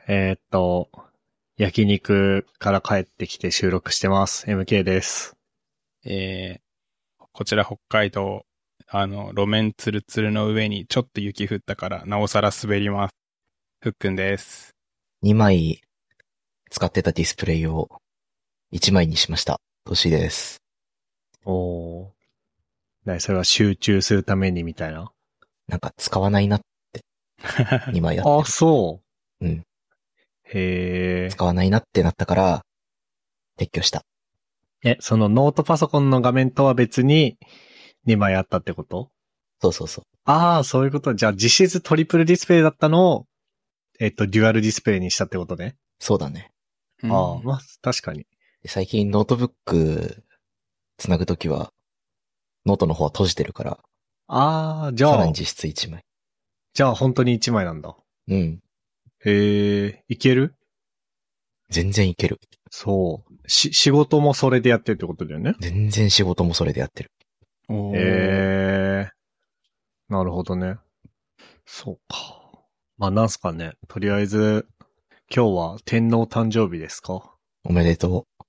えーっと、焼肉から帰ってきて収録してます。MK です。 えこちら北海道、路面ツルツルの上にちょっと雪降ったからなおさら滑ります。ふっくんです。 2枚使ってたディスプレイを1枚にしました。トシです。 おー。それは集中するためにみたいな。 なんか使わないなって2枚やってあ、 る。 そうん。 う。へ使わないなってなったから撤去した。 ー。そのノートパソコンの画面とは別に2枚あったってこと？ そうそうそう。 ああ、そういうこと。じゃあ実質トリプルディスプレイだったのを、デュアルディスプレイにしたってことね。 そうだね。 ああ、まあ、確かに。 で最近ノートブックつなぐときはノートの方は閉じてるから、 ああ、 さらに実質1枚。 じゃあ本当に1枚なんだ。 うん。 へえ、いける？ 全然いける。 そう。仕事もそれでやってるってことだよね。 全然仕事もそれでやってる。 おー。 ええー、なるほどね。そうか。まあ、なんすかね。とりあえず、今日は天皇誕生日ですか？ おめでとう。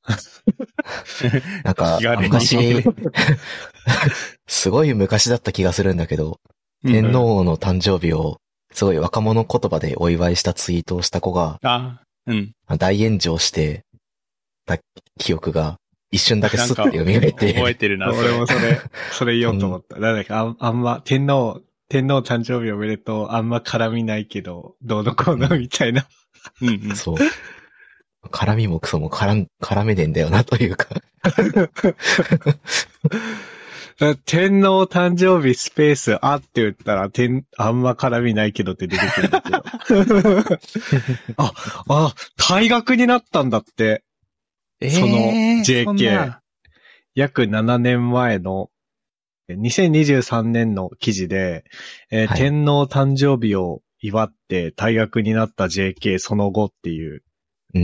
なんか気軽に昔、すごい昔だった気がするんだけど、 うん天皇の誕生日をすごい若者言葉でお祝いしたツイートをした子がうん。 大炎上してた記憶が一瞬だけスッなんか、 て蘇っ覚えて、 てるな、それ。 俺もそれ言おうと思った。なんだっけ、あんま、天皇誕生日おめでとう、あんま絡みないけど、どうのこうのみたいな。 うんうん。 そう。絡みもクソも絡めねえんだよなというか。 天皇誕生日スペースあって言ったら、あんま絡みないけどって出てくるんだけど。退学になったんだって。そのそん JK。 な。 約7年前の2023年の記事で、 はい。 天皇誕生日を祝って退学になった JK その後っていう、 うん。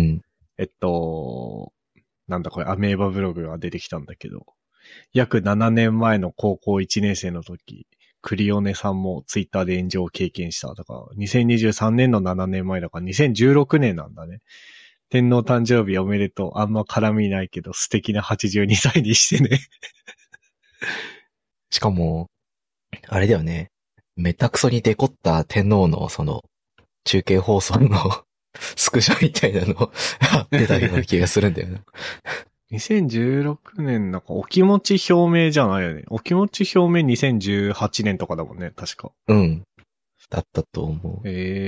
なんだこれアメーバブログが出てきたんだけど、約7年前の高校1年生の時、クリオネさんもツイッターで炎上を経験した。だから、2023年の7年前だから2016年なんだね。天皇誕生日おめでとう。あんま絡みないけど素敵な82歳にしてね。 しかも、あれだよね。めたくそにデコった天皇のその中継放送のスクショみたいなのを貼ってたような気がするんだよな。 2016年なんかお気持ち表明じゃないよね。お気持ち表明2018年とかだもんね、確か。 うん。だったと思う。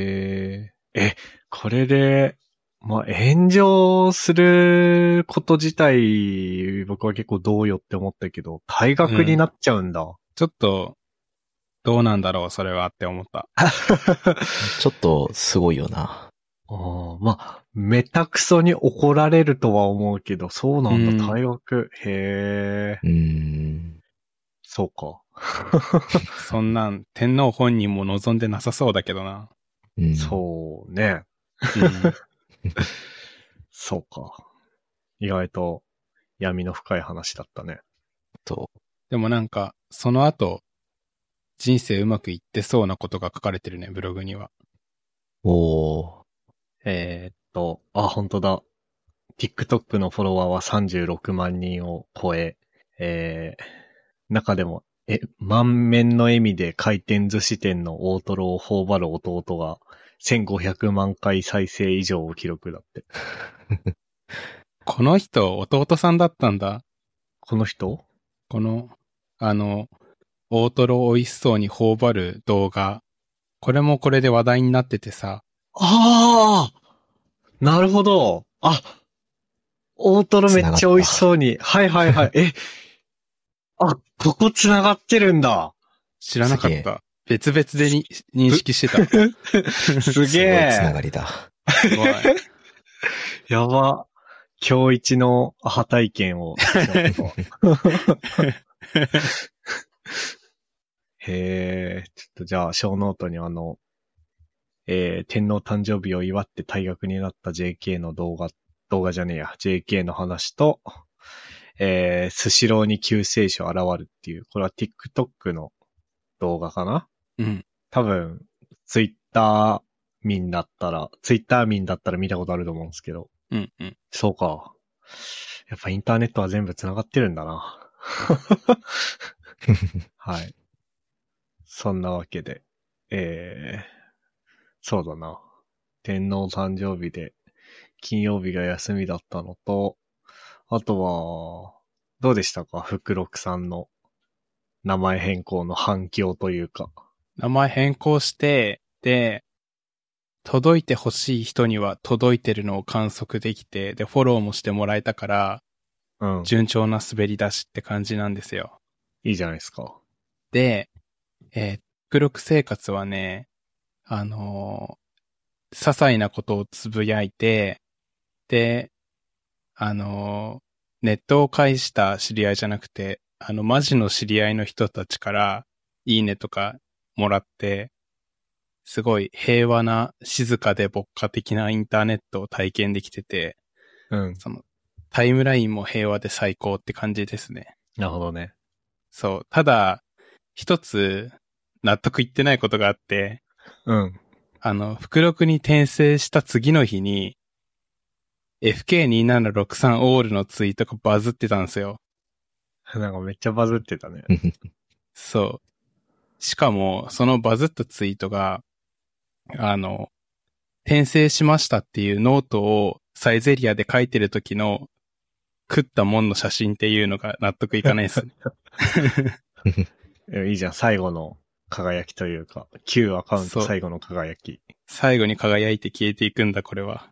これで、まあ、炎上すること自体、僕は結構どうよって思ったけど、退学になっちゃうんだ。 ちょっと、どうなんだろう、それはって思った。 ちょっとすごいよな。 まあ、めたくそに怒られるとは思うけど、そうなんだ、 うん。 退学。へえ、そうか。 そんなん、天皇本人も望んでなさそうだけどな。 そうね。 うん。 そうか。意外と闇の深い話だったね。 そでもなんか、その後、人生うまくいってそうなことが書かれてるね、ブログには。 う。おー。 本当だ。TikTok のフォロワーは36万人を超え、中でも、満面の笑みで回転寿司店の大トロを頬張る弟が1500万回再生以上を記録だって。 この人、弟さんだったんだ。 この人？ この、大トロ美味しそうに頬張る動画。これもこれで話題になっててさ。 ああ、なるほど。大トロめっちゃ美味しそうに。はいはいはい。ここ繋がってるんだ。 知らなかっすげえ。 た。別々で認識してた。 すげすごいつなえ。 がりだ。 すごい。 やば。今日一のアハ体験を。へえ、ちょっとじゃあ、小ノートに天皇誕生日を祝って退学になった JK の動画じゃねえや、JK の話と、スシローに救世主現るっていう、これは TikTok の動画かな？ うん。 多分、Twitter 民だったら、ツイッター民だったら見たことあると思うんですけど。 うんうん。 そうか。やっぱインターネットは全部繋がってるんだな。はい。そんなわけで。そうだな。天皇誕生日で、金曜日が休みだったのと、あとは、どうでしたか福六さんの名前変更の反響というか。 名前変更して、で、届いてほしい人には届いてるのを観測できて、で、フォローもしてもらえたから、 うん。 順調な滑り出しって感じなんですよ。 いいじゃないですか。 で、福録生活はね、些細なことをつぶやいて、で、ネットを介した知り合いじゃなくて、マジの知り合いの人たちから、いいねとかもらって、すごい平和な、静かで牧歌的なインターネットを体験できてて、 うん。 タイムラインも平和で最高って感じですね。 なるほどね。 そう。ただ、一つ、納得いってないことがあって、 うん。 福録に転生した次の日に、FK2763 オールのツイートがバズってたんですよ。 なんかめっちゃバズってたね。 そう。しかも、そのバズったツイートが、転生しましたっていうノートをサイゼリアで書いてる時の食ったもんの写真っていうのが納得いかないですね。 いいじゃん、最後の輝きというか、旧アカウントそう最後の輝き。 最後に輝いて消えていくんだ、これは。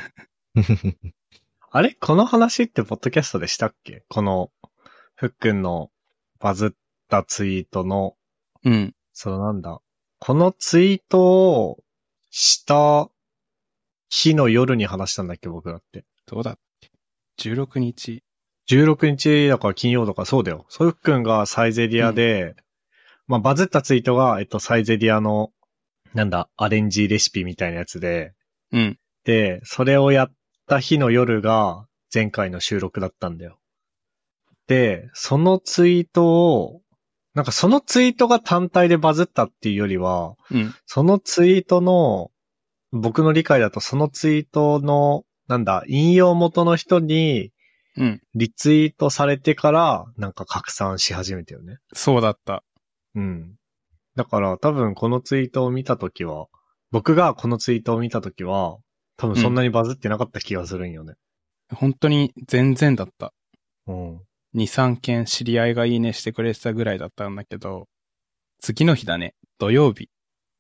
あれこの話ってポッドキャストでしたっけこの、ふっくんのバズったツイートの、 うん。 なんだ。このツイートをした日の夜に話したんだっけ僕だって。 どうだっけ ?16 日。 16日だから金曜とかそうだよ。ふっくんがサイゼリアで、まあバズったツイートが、サイゼリアの、アレンジレシピみたいなやつで、 うん。 で、それをやった日の夜が前回の収録だったんだよ。で、そのツイートを、そのツイートが単体でバズったっていうよりは、 うん。 そのツイートの、僕の理解だとそのツイートの、引用元の人に、 うん。 リツイートされてから、拡散し始めたよね。 そうだった。 うん。だから多分このツイートを見たときは、僕がこのツイートを見たときは、多分そんなにバズってなかった気がするんよね。 本当に全然だった。 うん。 2、3件知り合いがいいねしてくれてたぐらいだったんだけど、次の日だね。土曜日。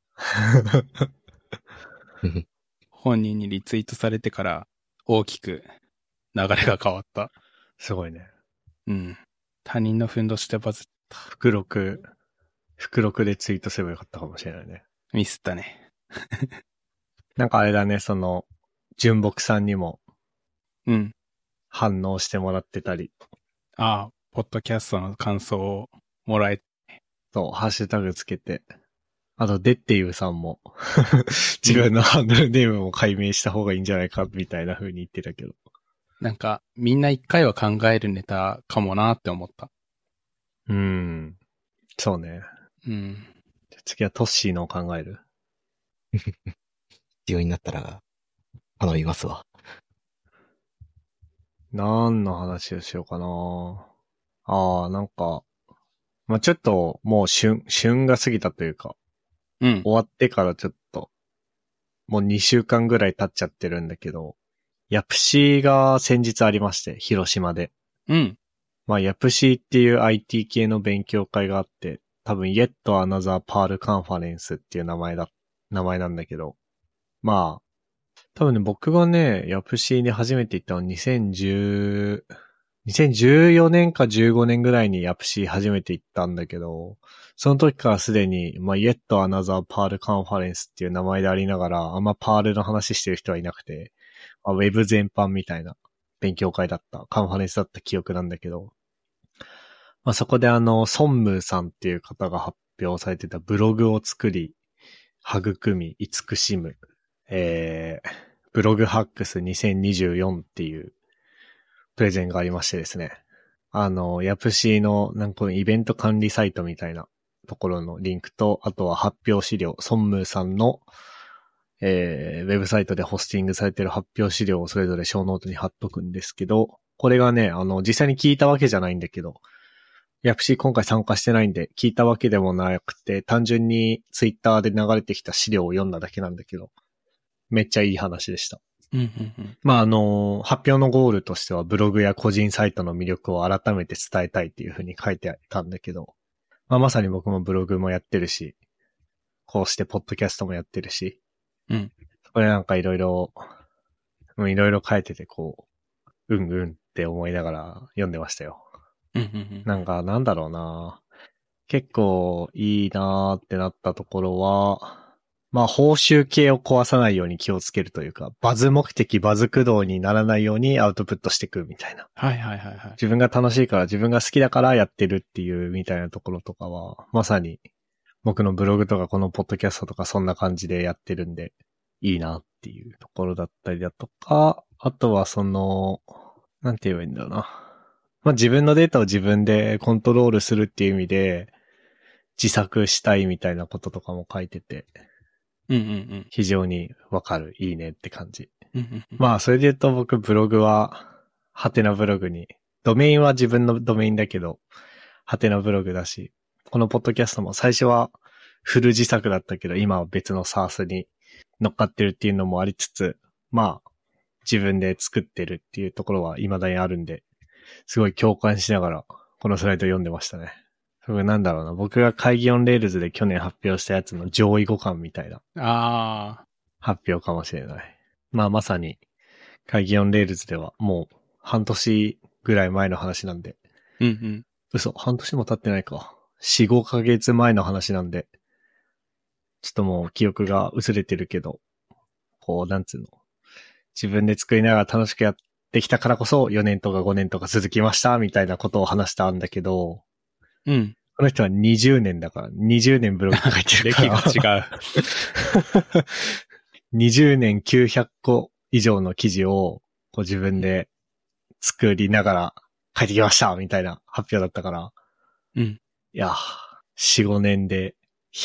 本人にリツイートされてから大きく流れが変わった。 すごいね。 うん。他人のふんどしでバズった。 福録でツイートすればよかったかもしれないね。 ミスったね。 あれだね、純木さんにもうん。 反応してもらってたり。 ああ、ポッドキャストの感想をもらえ、 そう、ハッシュタグつけて。あと、でっていうさんも、自分のハンドルネームも解明した方がいいんじゃないか、みたいな風に言ってたけど。 みんな一回は考えるネタかもなって思った。 そうね。 うん。 次はトッシーのを考える。 必要になったら、頼みますわ。 何の話をしようかな。まあ、ちょっと、もう旬が過ぎたというか、 うん。 終わってからちょっと、もう2週間ぐらい経っちゃってるんだけど、ヤプシーが先日ありまして、広島で。 うん。 まあ、ヤプシーっていう IT 系の勉強会があって、多分 Yet Another Pearl Conference っていう名前なんだけど、まあ、多分ね、僕がね、ヤプシーに初めて行ったの2014年か15年ぐらいにヤプシー初めて行ったんだけど、その時からすでに、まあ、Yet Another Pearl Conference っていう名前でありながら、あんまパールの話してる人はいなくて、まあ、ウェブ全般みたいな勉強会だった、カンファレンスだった記憶なんだけど、まあ、そこでソンムーさんっていう方が発表されてたブログを作り、育み、慈しむ、ブログハックス2024っていうプレゼンがありましてですね。ヤプシーのこのイベント管理サイトみたいなところのリンクと、あとは発表資料、ソンムーさんの、 ウェブサイトでホスティングされてる発表資料をそれぞれショーノートに貼っとくんですけど、これがね、実際に聞いたわけじゃないんだけど、ヤプシー今回参加してないんで、聞いたわけでもなくて、単純にツイッターで流れてきた資料を読んだだけなんだけど、めっちゃいい話でした。 うんうんうん。 まあ、発表のゴールとしては、ブログや個人サイトの魅力を改めて伝えたいっていう風に書いてあったんだけど、まあ、まさに僕もブログもやってるし、こうしてポッドキャストもやってるし、 うん。 これなんかいろいろ書いててこう、うんうんって思いながら読んでましたよ。 うんうんうん。 なんかなんだろうな。結構いいなーってなったところは、まあ報酬系を壊さないように気をつけるというか、バズ目的、バズ駆動にならないようにアウトプットしていくみたいな。 はいはいはいはい。 自分が楽しいから自分が好きだからやってるっていうみたいなところとかは、まさに僕のブログとかこのポッドキャストとかそんな感じでやってるんで、いいなっていうところだったりだとか、あとはなんて言えばいいんだろうな。まあ自分のデータを自分でコントロールするっていう意味で、自作したいみたいなこととかも書いてて、 うんうんうん。 非常にわかる、いいねって感じ。 うんうんうん。 まあそれで言うと僕ブログは、ハテナブログに、ドメインは自分のドメインだけど、ハテナブログだし、このポッドキャストも最初はフル自作だったけど、今は別の SaaS に乗っかってるっていうのもありつつ、まあ、自分で作ってるっていうところは未だにあるんで、すごい共感しながら、このスライド読んでましたね。それなんだろうな、僕が会議オンレールズで去年発表したやつの上位互換みたいなあ発表かもしれない。まあまさに、会議オンレールズではもう半年ぐらい前の話なんで、 ー。うんうん。 嘘、半年も経ってないか。4、5ヶ月前の話なんで、ちょっともう記憶が薄れてるけど、こう、なんつうの。自分で作りながら楽しくやってきたからこそ4年とか5年とか続きましたみたいなことを話したんだけど、 うん。 この人は20年だから、20年ブログ書いてるから。 歴が違う。 20年900個以上の記事をこう自分で作りながら書いてきましたみたいな発表だったから。 うん。 いや、4、5年で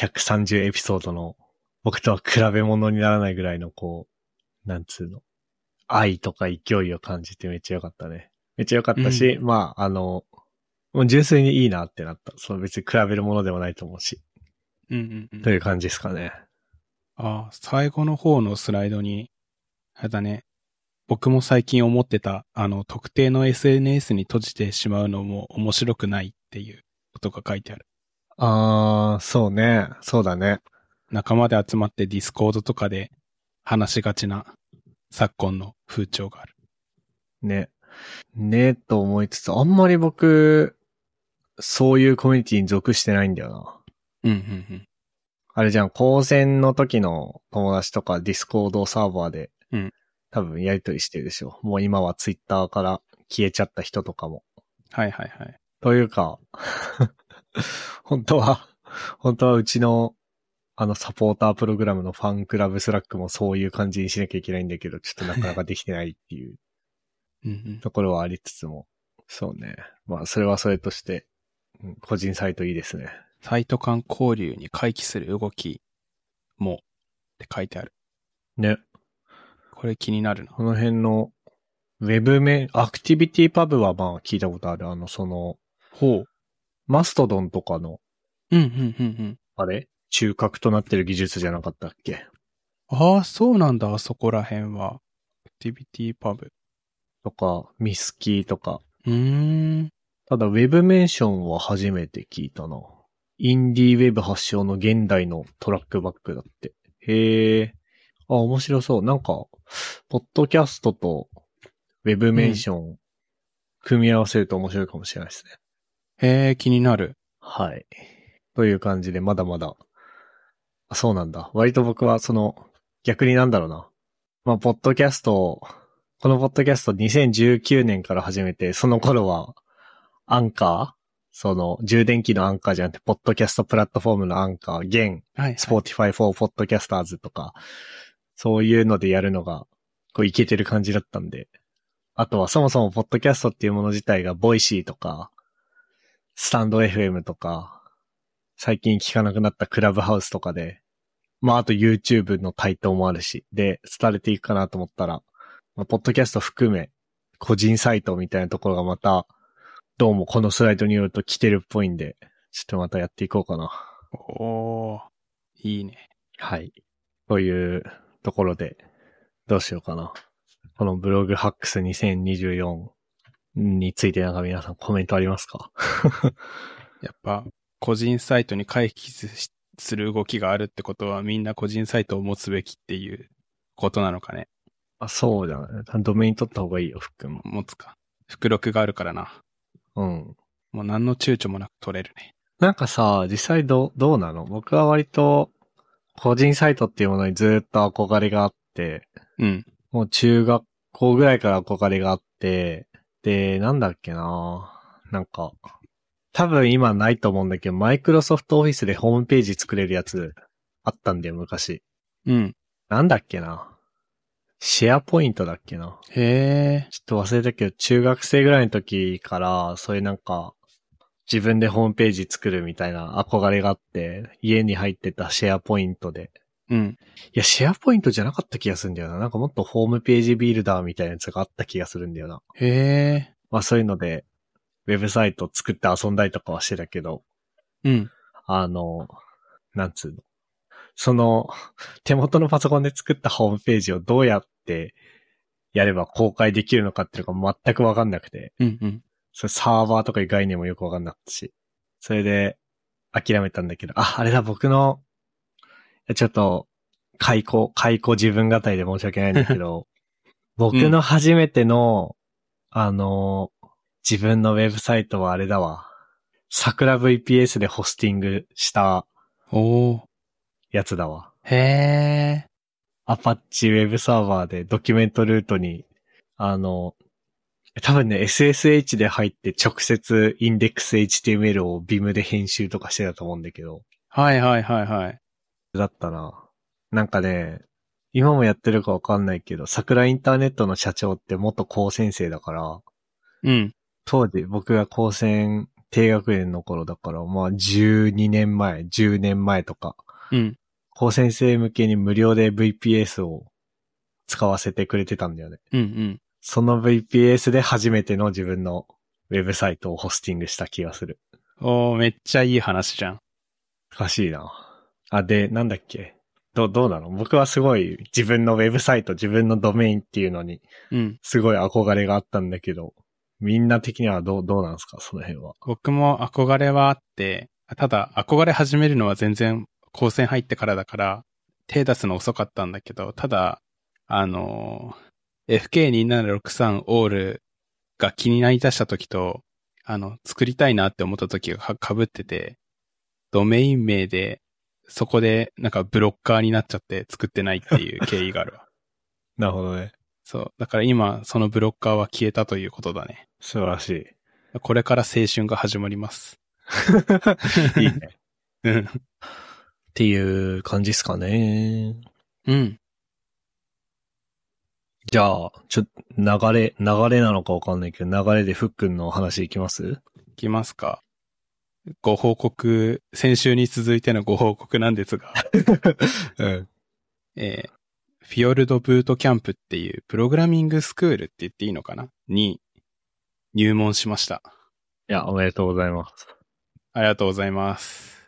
130エピソードの僕とは比べ物にならないぐらいのこう、なんつうの、愛とか勢いを感じてめっちゃ良かったね。めっちゃ良かったし、まあ、もう純粋にいいなってなった。その別に比べるものでもないと思うし。 うんうんうん。 という感じですかね。 ああ、最後の方のスライドに、あれだね。僕も最近思ってた、特定の SNS に閉じてしまうのも面白くないっていうことが書いてある。 そうね。そうだね。 仲間で集まってディスコードとかで話しがちな昨今の風潮がある。 ね。ねと思いつつ、あんまり僕、そういうコミュニティに属してないんだよな。 うんうんうん。 あれじゃん、高専の時の友達とかディスコードサーバーで、 うん多分やりとりしてるでしょ。もう今はツイッターから消えちゃった人とかも。 はいはいはい。 というか、本当はうちのサポータープログラムのファンクラブスラックもそういう感じにしなきゃいけないんだけど、ちょっとなかなかできてないっていううんうん。 ところはありつつも、そうね。まあ、それはそれとして、個人サイトいいですね。 サイト間交流に回帰する動きもって書いてある。 ね。 これ気になるな。 この辺の、アクティビティパブはまあ聞いたことある。 ほう。 マストドンとかの、 うんうんうんうん。 あれ中核となってる技術じゃなかったっけああ、そうなんだ、あそこら辺は。アクティビティパブ。 とか、ミスキーとか。 ん。 ただ、ウェブメンションは初めて聞いたな。インディーウェブ発祥の現代のトラックバックだって。へえ。あ、面白そう。なんか、ポッドキャストとウェブメンション、組み合わせると面白いかもしれないですね。 へえ、気になる。 はい。という感じで、まだまだ。あ、そうなんだ。割と僕は逆になんだろうな。まあ、このポッドキャスト2019年から始めて、その頃は、アンカー充電器のアンカーじゃなくて、ポッドキャストプラットフォームのアンカー、現、 はい、はい。 Spotify for Podcasters とか、そういうのでやるのが、こういけてる感じだったんで。あとはそもそもポッドキャストっていうもの自体が、ボイシーとか、スタンド FM とか、最近聞かなくなったクラブハウスとかで、 まああと YouTube の台頭もあるし、で、廃れていくかなと思ったら、まあ、ポッドキャスト含め、個人サイトみたいなところがまた、どうもこのスライドによると来てるっぽいんで、ちょっとまたやっていこうかな。 おー、いいね。 はい。というところで、どうしようかな。このブログハックス2024についてなんか皆さんコメントありますか？ やっぱ、個人サイトに回帰する動きがあるってことは、みんな個人サイトを持つべきっていうことなのかね。 あ、そうじゃない。ドメイン取った方がいいよ、ふっくんも。 持つか。副録があるからな。 うん。 もう何の躊躇もなく取れるね。 なんかさ、実際どうなの？僕は割と、個人サイトっていうものにずっと憧れがあって、 うん。 もう中学校ぐらいから憧れがあって、で、なんだっけな。なんか、多分今ないと思うんだけど、マイクロソフトオフィスでホームページ作れるやつあったんだよ、昔。 うん。 なんだっけな。シェアポイントだっけな。 へえ。 ちょっと忘れたけど、中学生ぐらいの時から、そういうなんか、自分でホームページ作るみたいな憧れがあって、家に入ってたシェアポイントで。 うん。 いや、シェアポイントじゃなかった気がするんだよな。なんかもっとホームページビルダーみたいなやつがあった気がするんだよな。 へえ。 まあそういうので、ウェブサイト作って遊んだりとかはしてたけど、 うん。 なんつうの。その、手元のパソコンで作ったホームページをどうやってやれば公開できるのかっていうのが全くわかんなくて、 うんうん。 それサーバーとかいう概念もよくわかんなかったし、それで諦めたんだけど、あれだ、僕の、ちょっと、解雇自分語りで申し訳ないんだけど、僕の初めての、自分のウェブサイトはあれだわ。桜 VPS でホスティングしたおー。 やつだわ。 へえ。 アパッチウェブサーバーでドキュメントルートに、多分ね、SSH で入って直接インデックス HTML を Vim で編集とかしてたと思うんだけど。 はいはいはいはい。 だったな。なんかね、今もやってるかわかんないけど、桜インターネットの社長って元高専生だから、 うん。 当時僕が高専低学年の頃だから、まあ12年前、10年前とか、 うん。 高専生向けに無料で VPS を使わせてくれてたんだよね。 うんうん。 その VPS で初めての自分のウェブサイトをホスティングした気がする。 おー、めっちゃいい話じゃん。 おかしいな。で、なんだっけ？どうなの？僕はすごい自分のウェブサイト、自分のドメインっていうのに、すごい憧れがあったんだけど、みんな的にはどうなんですか、その辺は。 僕も憧れはあって、ただ憧れ始めるのは全然高専入ってからだから、手出すの遅かったんだけど、ただ、FK2763 オールが気になり出した時と、作りたいなって思った時が被ってて、ドメイン名で、そこでなんかブロッカーになっちゃって作ってないっていう経緯があるわ。 なるほどね。 そう。だから今、そのブロッカーは消えたということだね。 素晴らしい。 これから青春が始まります。 いいね。 うん。 っていう感じですかね。 うん。 じゃあ、流れなのかわかんないけど、流れでふっくんの話いきます？ いきますか。ご報告、先週に続いてのご報告なんですが、 うん。 フィヨルドブートキャンプっていうプログラミングスクールって言っていいのかなに入門しました。 いや、おめでとうございます。 ありがとうございます。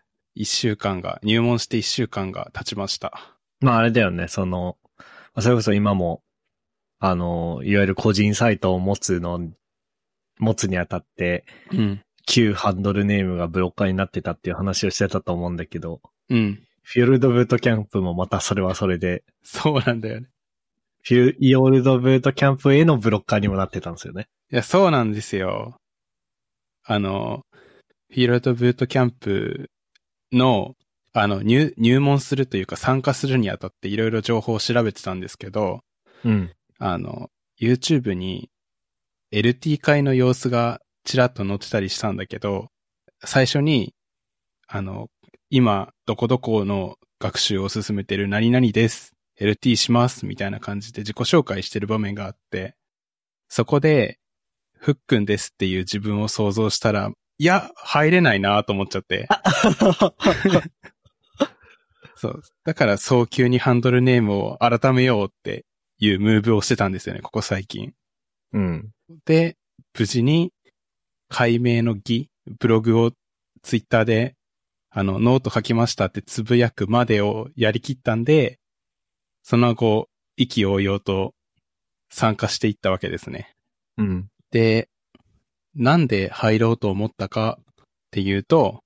入門して1週間が経ちました。 まああれだよね、それこそ今も、いわゆる個人サイトを持つにあたって、 うん。 旧ハンドルネームがブロッカーになってたっていう話をしてたと思うんだけど、 うん。 フィヨルドブートキャンプもまたそれはそれで、 そうなんだよね。 フィヨルドブートキャンプへのブロッカーにもなってたんですよね。 いや、そうなんですよ。フィヨルドブートキャンプの、入門するというか参加するにあたっていろいろ情報を調べてたんですけど、 うん。 YouTube に LT 会の様子がちらっと載ってたりしたんだけど、最初に、今、どこどこの学習を進めてる何々です。LT します。みたいな感じで自己紹介してる場面があって、そこで、ふっくんですっていう自分を想像したら、いや、入れないなと思っちゃって。 そう。だから早急にハンドルネームを改めようっていうムーブをしてたんですよね、ここ最近。 うん。 で、無事に改名の儀、ブログをツイッターでノート書きましたってつぶやくまでをやりきったんで、その後、意気揚々と参加していったわけですね。 うん。 で、なんで入ろうと思ったかっていうと、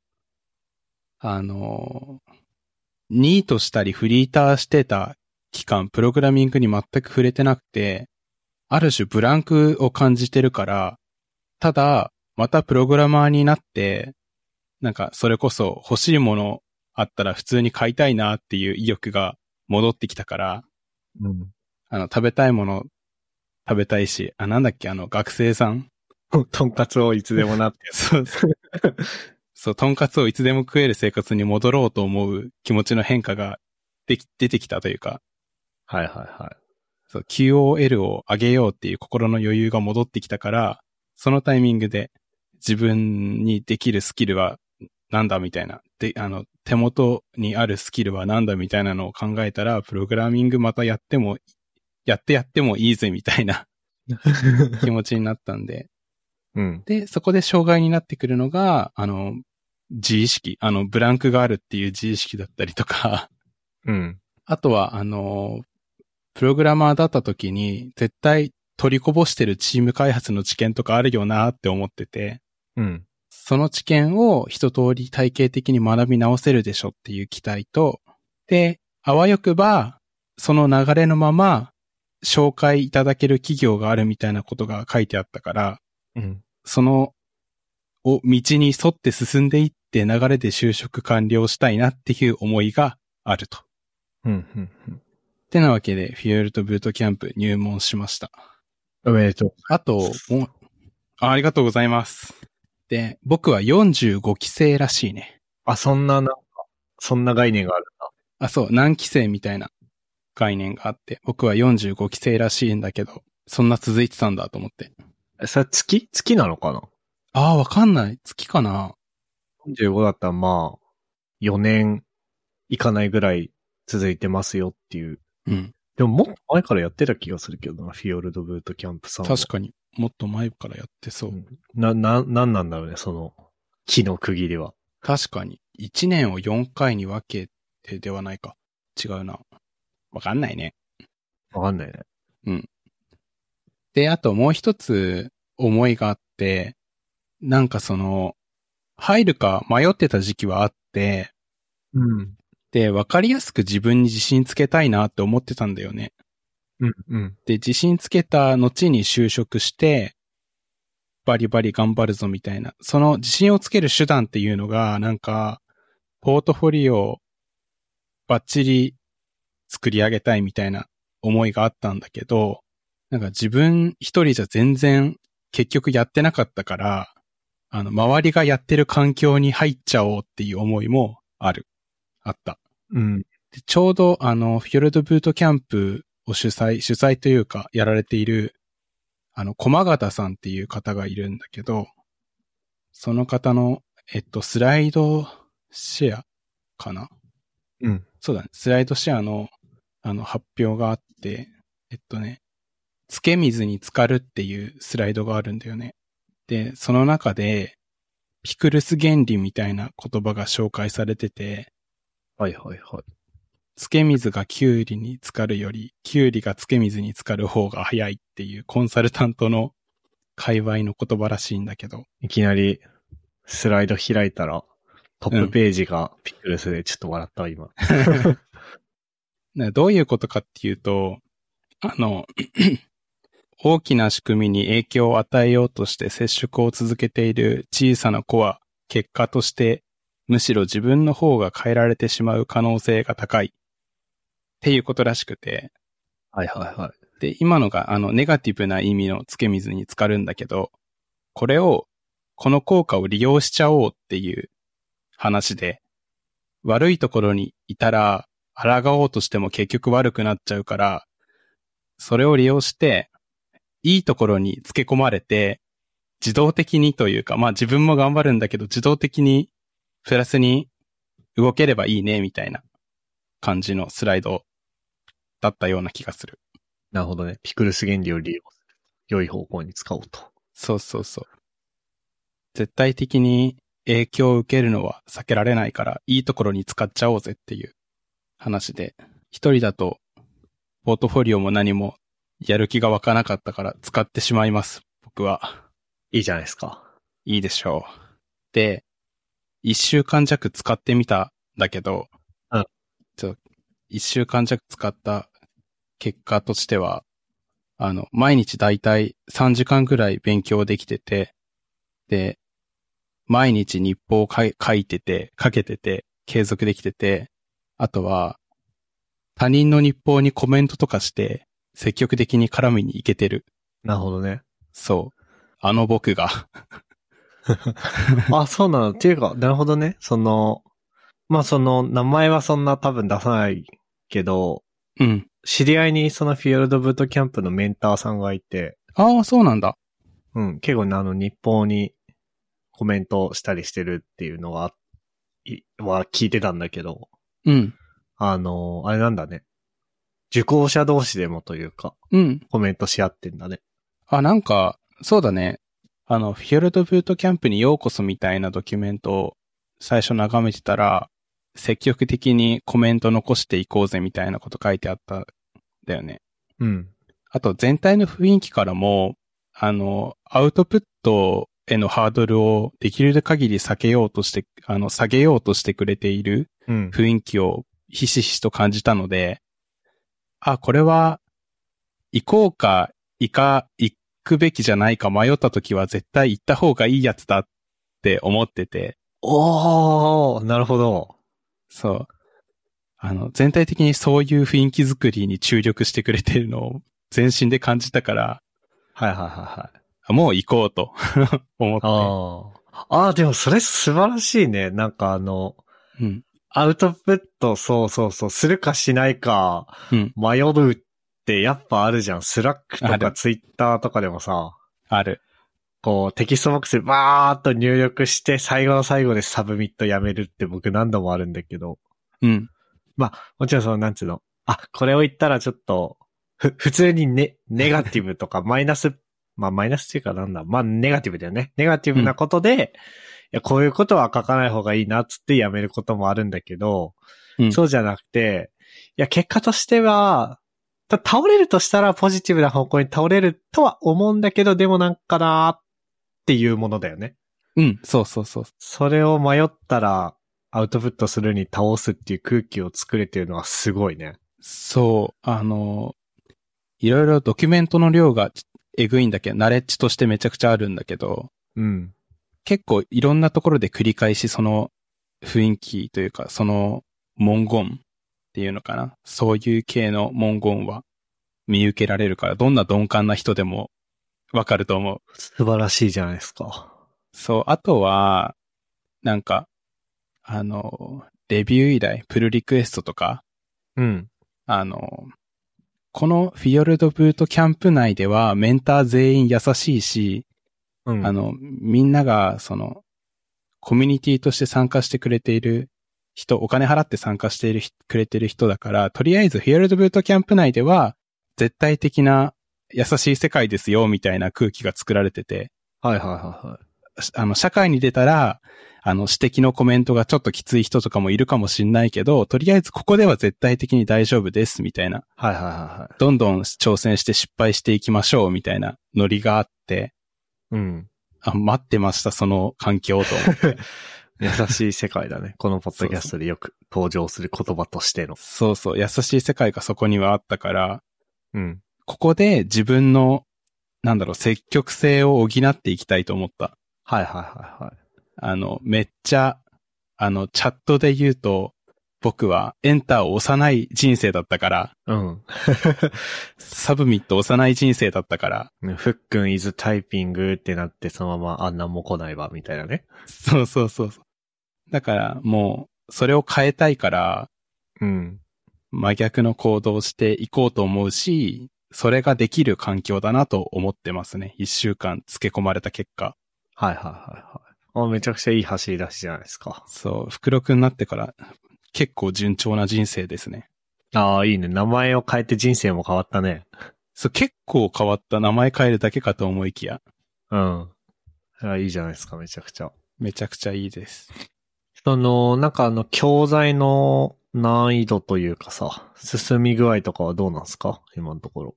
ニートしたりフリーターしてた期間、プログラミングに全く触れてなくて、ある種ブランクを感じてるから、ただ、またプログラマーになって、なんかそれこそ欲しいものあったら普通に買いたいなっていう意欲が戻ってきたから、 うん。 食べたいもの食べたいし、なんだっけ、学生さんとんかつをいつでもなって。 そうそう。そう、とんかつをいつでも食える生活に戻ろうと思う気持ちの変化が出てきたというか。 はいはいはい。 そう、QOL を上げようっていう心の余裕が戻ってきたから、そのタイミングで自分にできるスキルはなんだみたいな。で、手元にあるスキルはなんだみたいなのを考えたら、プログラミングまたやってもいいぜみたいな気持ちになったんで。 うん。 で、そこで障害になってくるのが、自意識、ブランクがあるっていう自意識だったりとか、 うん。 あとは、プログラマーだった時に、絶対取りこぼしてるチーム開発の知見とかあるよなって思ってて、 うん。 その知見を一通り体系的に学び直せるでしょっていう期待と、で、あわよくば、その流れのまま、紹介いただける企業があるみたいなことが書いてあったから、 うん。 その、道に沿って進んでいって流れで就職完了したいなっていう思いがあると。 うん。うん。 ってなわけで、フィールドブートキャンプ入門しました。 おめでとう。 あと、ありがとうございます。で、僕は45期生らしいね。 あ、そんな概念があるあ、そう、何期生みたいな概念があって、僕は45期生らしいんだけど、そんな続いてたんだと思って。 な。それ月なのかな？ わかんない。月かな？ 45だったらまあ、4年いかないぐらい続いてますよっていう。 うん。 でももっと前からやってた気がするけどな、フィヨルドブートキャンプさんは。 確かに、もっと前からやってそう。 なんなんだろうね、その、期の区切りは。 確かに、1年を4回に分けてではないか。違うな。わかんないね。 わかんないね。 うん。で、あともう一つ思いがあって、なんか入るか迷ってた時期はあって、 うん。 で、わかりやすく自分に自信つけたいなって思ってたんだよね。 うん。 で、自信つけた後に就職して、バリバリ頑張るぞみたいな。その自信をつける手段っていうのが、なんか、ポートフォリオをバッチリ作り上げたいみたいな思いがあったんだけど、なんか自分一人じゃ全然結局やってなかったから、周りがやってる環境に入っちゃおうっていう思いもあった。 うん。 でちょうどフィヨルドブートキャンプを主催というかやられている、駒形さんっていう方がいるんだけど、その方の、スライドシェアかな？ うん。 そうだね。スライドシェアの、発表があって、つけ水に浸かるっていうスライドがあるんだよね。で、その中で、ピクルス原理みたいな言葉が紹介されてて、 はいはいはい。 つけ水がキュウリに浸かるより、キュウリがつけ水に浸かる方が早いっていうコンサルタントの界隈の言葉らしいんだけど。 いきなりスライド開いたら、トップページがピクルスでちょっと笑ったわ、今。 どういうことかっていうと、大きな仕組みに影響を与えようとして接触を続けている小さな子は、結果としてむしろ自分の方が変えられてしまう可能性が高いっていうことらしくて。 はいはいはい。 で、今のがネガティブな意味のつけ水に浸かるんだけど、この効果を利用しちゃおうっていう話で、悪いところにいたら抗おうとしても結局悪くなっちゃうから、それを利用して、いいところにつけ込まれて、自動的にというか、まあ自分も頑張るんだけど、自動的にプラスに動ければいいね、みたいな感じのスライドだったような気がする。 なるほどね。ピクルス原理を利用する。良い方向に使おうと。 そうそうそう。絶対的に影響を受けるのは避けられないから、いいところに使っちゃおうぜっていう話で、一人だと、ポートフォリオも何もやる気が湧かなかったから使ってしまいます。僕は。 いいじゃないですか。 いいでしょう。で、一週間弱使ってみたんだけど、 うん。 一週間弱使った結果としては、毎日だいたい3時間ぐらい勉強できてて、で、毎日日報を書けてて、継続できてて、あとは、他人の日報にコメントとかして、積極的に絡みに行けてる。 なるほどね。 そう。僕が。 あ、そうなの。っていうか、なるほどね。まあ、名前はそんな多分出さないけど、 うん。 知り合いにそのフィヨルドブートキャンプのメンターさんがいて、 ああ、そうなんだ。 うん、結構ね、日報にコメントしたりしてるっていうのは聞いてたんだけど、 うん。 あれなんだね。受講者同士でもというか、 うん。 コメントし合ってんだね。 なんか、そうだね。フィヨルドブートキャンプにようこそみたいなドキュメントを最初眺めてたら、積極的にコメント残していこうぜみたいなこと書いてあったんだよね。 うん。 あと全体の雰囲気からも、アウトプットへのハードルをできる限り下げようとしてくれている雰囲気をひしひしと感じたので、これは、行こうか、行くべきじゃないか迷った時は絶対行った方がいいやつだって思ってて。 おー、なるほど。 そう。全体的にそういう雰囲気作りに注力してくれてるのを全身で感じたから、 はいはいはいはい。 もう行こうと思って。 でもそれ素晴らしいね。なんかうん、 アウトプット、そう、するかしないか、迷うってやっぱあるじゃん。スラックとかツイッターとかでもさ。 ある。 こう、テキストボックスでバーっと入力して、最後の最後でサブミットやめるって僕何度もあるんだけど。 うん。 まあ、もちろんなんつうの。これを言ったらちょっと、普通にネガティブとかマイナス、まあマイナスっていうかなんだ。まあネガティブだよね。ネガティブなことで、いや、こういうことは書かない方がいいなっつってやめることもあるんだけど、そうじゃなくて、いや、結果としては、倒れるとしたらポジティブな方向に倒れるとは思うんだけど、でもなんかなーっていうものだよね。 うん、そう。 それを迷ったら、アウトプットするに倒すっていう空気を作れてるのはすごいね。 そう、いろいろドキュメントの量がえぐいんだけど、ナレッジとしてめちゃくちゃあるんだけど、 うん。 結構いろんなところで繰り返しその雰囲気というか、その文言っていうのかな。そういう系の文言は見受けられるから、どんな鈍感な人でもわかると思う。 素晴らしいじゃないですか。 そう、あとは、なんか、レビュー依頼、プルリクエストとか、 うん。 このフィヨルドブートキャンプ内ではメンター全員優しいし、 うん、 みんながコミュニティとして参加してくれている人、お金払って参加してくれている人だから、とりあえずフィヨルドブートキャンプ内では絶対的な優しい世界ですよ、みたいな空気が作られてて。 はい。 社会に出たら、指摘のコメントがちょっときつい人とかもいるかもしんないけど、とりあえずここでは絶対的に大丈夫です、みたいな。 はい。 どんどん挑戦して失敗していきましょう、みたいなノリがあって。 うん。 待ってました、その環境と思って。 優しい世界だね。このポッドキャストでよく登場する言葉としての。 そう、優しい世界がそこにはあったから、 うん。 ここで自分の、積極性を補っていきたいと思った。 はい。 めっちゃ、チャットで言うと、僕はエンターを押さない人生だったから。 うん。 サブミット押さない人生だったから。 ふっくん is typing ってなってそのままなんも来ないわ、みたいなね。 そう。だからもう、それを変えたいから、 うん。 真逆の行動をしていこうと思うし、それができる環境だなと思ってますね。1週間漬け込まれた結果。 はい。めちゃくちゃいい走り出しじゃないですか。 そう、袋くんになってから、 結構順調な人生ですね。 ああ、いいね。名前を変えて人生も変わったね。 そう、結構変わった。名前変えるだけかと思いきや。 うん。いいじゃないですか、めちゃくちゃ。 めちゃくちゃいいです。 なんか教材の難易度というかさ、進み具合とかはどうなんですか今のところ。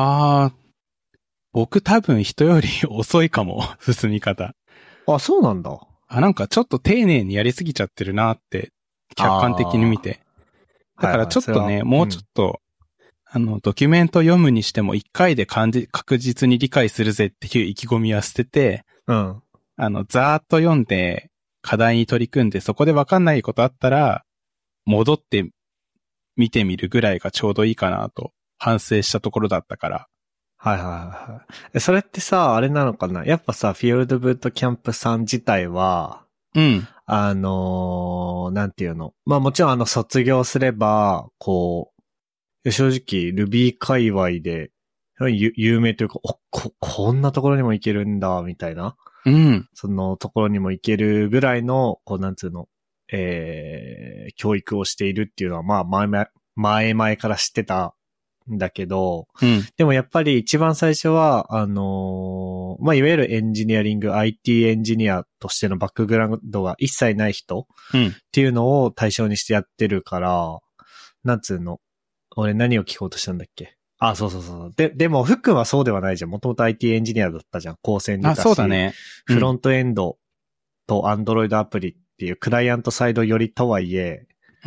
僕多分人より遅いかも、進み方。 あ、そうなんだ。 なんかちょっと丁寧にやりすぎちゃってるなって、客観的に見て。だからちょっとね、もうちょっと、ドキュメント読むにしても一回で確実に理解するぜっていう意気込みは捨てて、 うん。 ざーっと読んで、課題に取り組んで、そこでわかんないことあったら、戻って見てみるぐらいがちょうどいいかなと反省したところだったから。 はいはいはい。それってさ、あれなのかなやっぱさ、フィールドブートキャンプさん自体は、 うん。 なんていうの。まあもちろん卒業すれば、こう、正直 Ruby 界隈で、有名というか、こんなところにも行けるんだ、みたいな。 うん。 そのところにも行けるぐらいの、こうなんつうの、教育をしているっていうのは、まあ前々から知ってたんだけど、 うん。 でもやっぱり一番最初は、まあ、いわゆるエンジニアリング、IT エンジニアとしてのバックグラウンドが一切ない人っていうのを対象にしてやってるから、なんつうの、俺何を聞こうとしたんだっけあ、そうそうそう。でも、ふっくんはそうではないじゃん。もともと IT エンジニアだったじゃん。高専出たし。 そうだね。 フロントエンドと Android アプリっていうクライアントサイドよりとはいえ、 うん。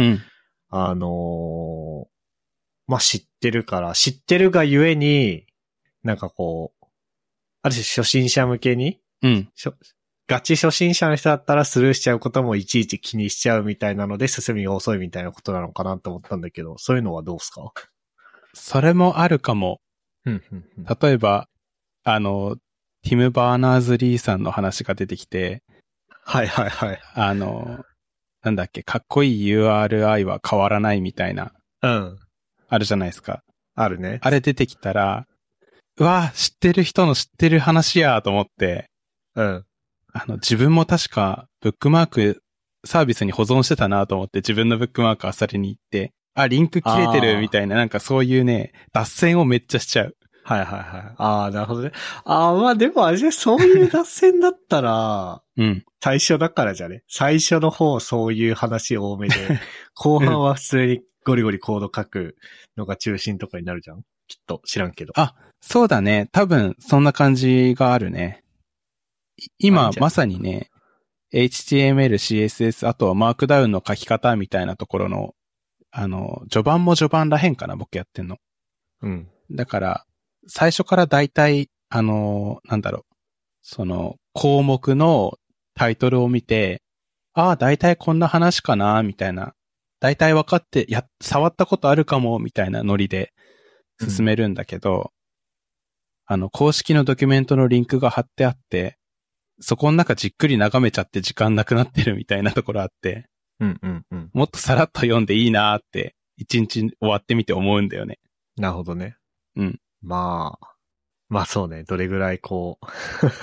まあ、知ってるがゆえに、なんかこう、ある種初心者向けに、 うん。 ガチ初心者の人だったらスルーしちゃうこともいちいち気にしちゃうみたいなので進みが遅いみたいなことなのかなと思ったんだけど、そういうのはどうすか？ それもあるかも。例えば、ティム・バーナーズ・リーさんの話が出てきて、 はいはいはい。 なんだっけ、かっこいい URI は変わらないみたいな。 うん。 あるじゃないですか。 あるね。 あれ出てきたら、うわ、知ってる人の知ってる話やと思って、 うん。 自分も確かブックマークサービスに保存してたなと思って自分のブックマーク漁りに行って、リンク切れてるみたいな、なんかそういうね、脱線をめっちゃしちゃう。 はいはいはい。なるほどね。まあでもあれじゃ、そういう脱線だったら、 うん。 最初だからじゃね。最初の方そういう話多めで、後半は普通にゴリゴリコード書くのが中心とかになるじゃん。きっと知らんけど。 そうだね。多分そんな感じがあるね。今まさにね、HTML、CSS、あとはマークダウンの書き方みたいなところの、序盤も序盤らへんかな、僕やってんの。 うん。 だから、最初から大体、なんだろう、その、項目のタイトルを見て、大体こんな話かな、みたいな。大体分かって、触ったことあるかも、みたいなノリで進めるんだけど、公式のドキュメントのリンクが貼ってあって、そこの中じっくり眺めちゃって時間なくなってるみたいなところあって、もっとさらっと読んでいいなーって、一日終わってみて思うんだよね。 なるほどね。 うん。 まあそうね。どれぐらいこう、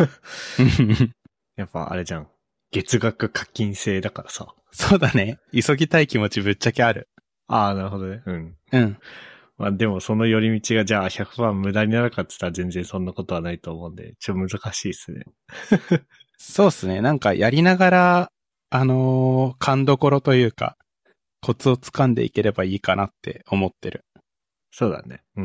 やっぱあれじゃん。月額課金制だからさ。 そうだね。急ぎたい気持ちぶっちゃけある。 なるほどね。うん。 うん。 まあでもその寄り道がじゃあ 100% 無駄になるかって言ったら全然そんなことはないと思うんで、難しいですね。 そうっすね。なんかやりながら、勘どころというか、コツをつかんでいければいいかなって思ってる。 そうだね。うん。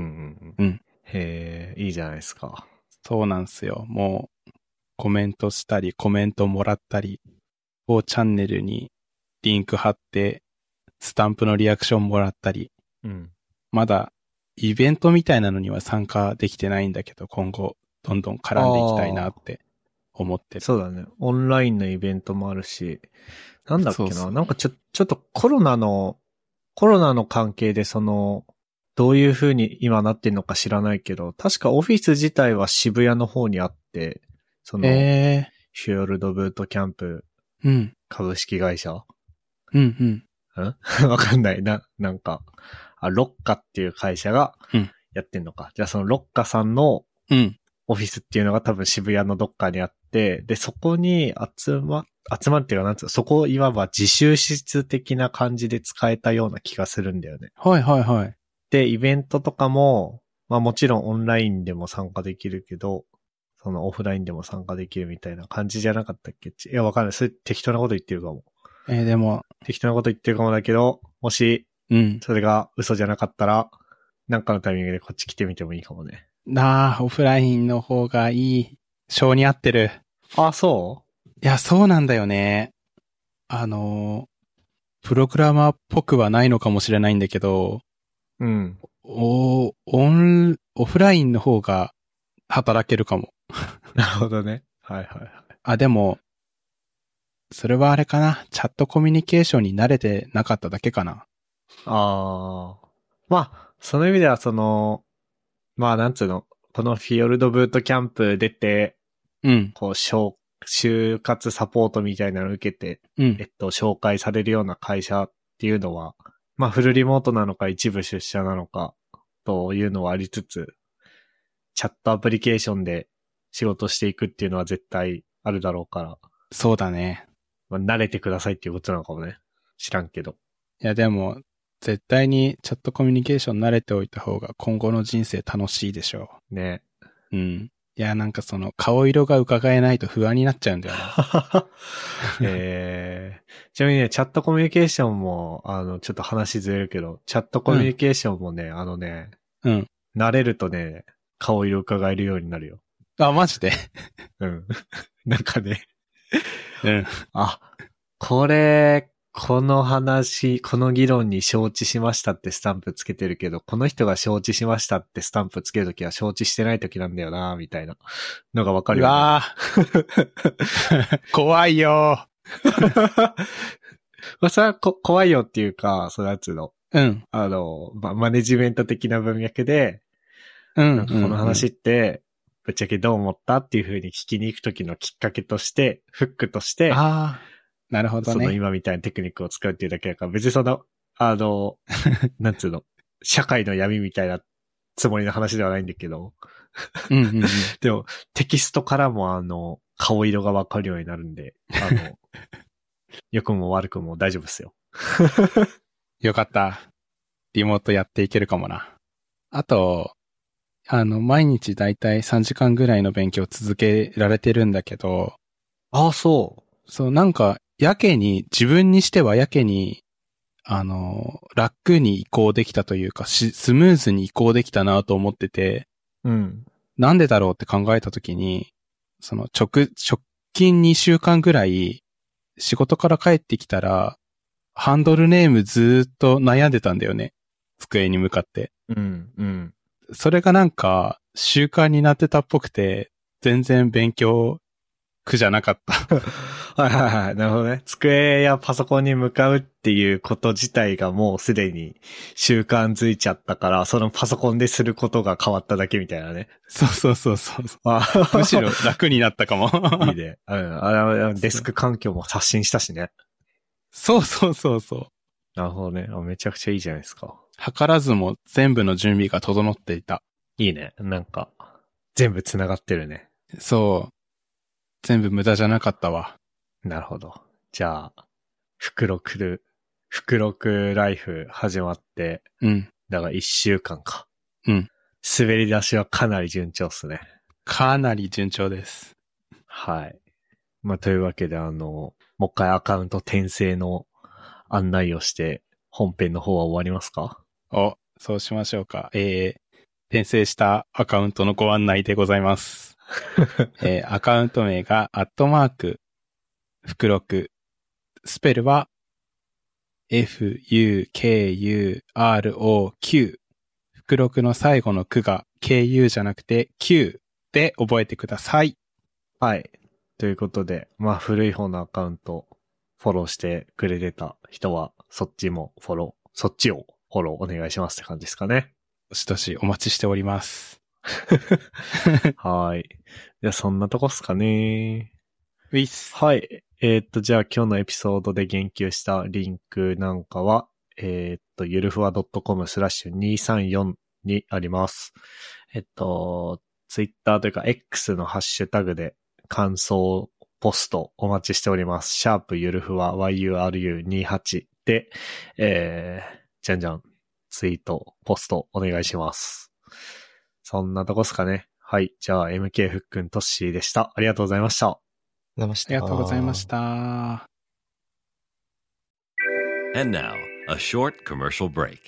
へえ、いいじゃないですか。 そうなんすよ。もう、コメントしたり、コメントもらったり、チャンネルにリンク貼って、スタンプのリアクションもらったり、まだイベントみたいなのには参加できてないんだけど、今後どんどん絡んでいきたいなって思ってる。 そうだね。オンラインのイベントもあるし、なんだっけな。そうなんかちょっとコロナの関係でどういう風に今なってんのか知らないけど、確かオフィス自体は渋谷の方にあって、フィヨルドブートキャンプ株式会社、わかんない。なんか、ロッカっていう会社がやってんのか。じゃあそのロッカさんのオフィスっていうのが多分渋谷のどっかにあって、で、そこに集まっ集まるっていうか、なんつうの、そこをいわば自習室的な感じで使えたような気がするんだよね。 はいはいはい。 で、イベントとかも、まあもちろんオンラインでも参加できるけど、そのオフラインでも参加できるみたいな感じじゃなかったっけ？いや、わかんない。それ適当なこと言ってるかも。 でも、 適当なこと言ってるかもだけど、もし、それが嘘じゃなかったら、なんかのタイミングでこっち来てみてもいいかもね。 オフラインの方がいい。性に合ってる。 あ、そう？ いや、そうなんだよね。プログラマーっぽくはないのかもしれないんだけど、 うん。 オフラインの方が働けるかも。 なるほどね。はいはいはい。 でも、それはあれかな。チャットコミュニケーションに慣れてなかっただけかな。 まあ、その意味ではまあなんつうの、このフィヨルドブートキャンプ出て、こう、就活サポートみたいなのを受けて、紹介されるような会社っていうのは、まあフルリモートなのか一部出社なのかというのはありつつ、チャットアプリケーションで仕事していくっていうのは絶対あるだろうから。 そうだね。 まあ、慣れてくださいっていうことなのかもね。知らんけど。 いやでも、絶対にチャットコミュニケーション慣れておいた方が今後の人生楽しいでしょう。 ね。 いや、なんか顔色が伺えないと不安になっちゃうんだよね。ちなみにね、チャットコミュニケーションも、ちょっと話ずれるけど、チャットコミュニケーションもね、慣れるとね、顔色伺えるようになるよ。 マジでなんかね。この話、この議論に承知しましたってスタンプつけてるけど、この人が承知しましたってスタンプつけるときは承知してないときなんだよな、みたいなのがわかるよ、ね。 うわ怖いよまあ、それは怖いよっていうか、そのやつの。マネジメント的な文脈で、なんかこの話って、ぶっちゃけどう思ったっていう風に聞きに行くときのきっかけとして、フックとして、 なるほどね。 その今みたいなテクニックを使うっていうだけだから、別になんつうの、社会の闇みたいなつもりの話ではないんだけど。でも、テキストからも顔色がわかるようになるんで、良くも悪くも大丈夫ですよ。 よかった。リモートやっていけるかもな。あと、毎日だいたい3時間ぐらいの勉強続けられてるんだけど。 そう。 なんか、自分にしてはやけに、楽に移行できたというか、スムーズに移行できたなと思ってて、なんでだろうって考えたときに、直近2週間ぐらい、仕事から帰ってきたら、ハンドルネームずーっと悩んでたんだよね。机に向かって。それがなんか、習慣になってたっぽくて、全然勉強苦じゃなかった。 はいはいはい。なるほどね。机やパソコンに向かうっていうこと自体がもうすでに習慣づいちゃったから、そのパソコンですることが変わっただけみたいなね。 そう。むしろ楽になったかも。 いいね。デスク環境も刷新したしね。 そう。 なるほどね。めちゃくちゃいいじゃないですか。 図らずも全部の準備が整っていた。 いいね。なんか、全部繋がってるね。 そう。全部無駄じゃなかったわ。 なるほど。じゃあ、福録ライフ始まって、だから1週間か。滑り出しはかなり順調っすね。 かなり順調です。 はい。まあ、というわけでもう一回アカウント転生の案内をして、本編の方は終わりますか？ そうしましょうか。転生したアカウントのご案内でございます。アカウント名が、福録。スペルは、FUKUROQ。福録の最後の句が KU じゃなくて Q で覚えてください。 はい。ということで、まあ古い方のアカウントフォローしてくれてた人は、そっちをフォローお願いしますって感じですかね。 どしどしお待ちしております。 はい。じゃあそんなとこっすかね。 ウィス。 はい。じゃあ今日のエピソードで言及したリンクなんかは、ゆるふわ .com/234 にあります。ツイッターというか X のハッシュタグで感想ポストお待ちしております。シャープゆるふわ YURU28 で、じゃんじゃんツイート、ポストお願いします。そんなとこっすかね。はい。じゃあ MK ふっくんとっしーでした。ありがとうございました。 ありがとうございました。 And now, a short commercial break.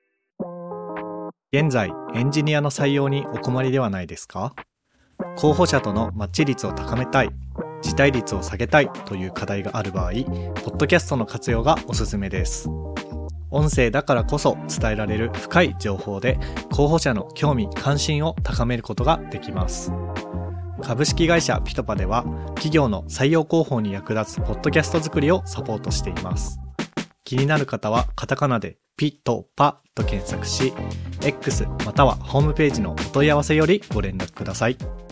現在、エンジニアの採用にお困りではないですか？候補者とのマッチ率を高めたい、辞退率を下げたいという課題がある場合、ポッドキャストの活用がおすすめです。音声だからこそ伝えられる深い情報で、候補者の興味・関心を高めることができます。株式会社ピトパでは、企業の採用広報に役立つポッドキャスト作りをサポートしています。気になる方はカタカナでピトパと検索し、X またはホームページのお問い合わせよりご連絡ください。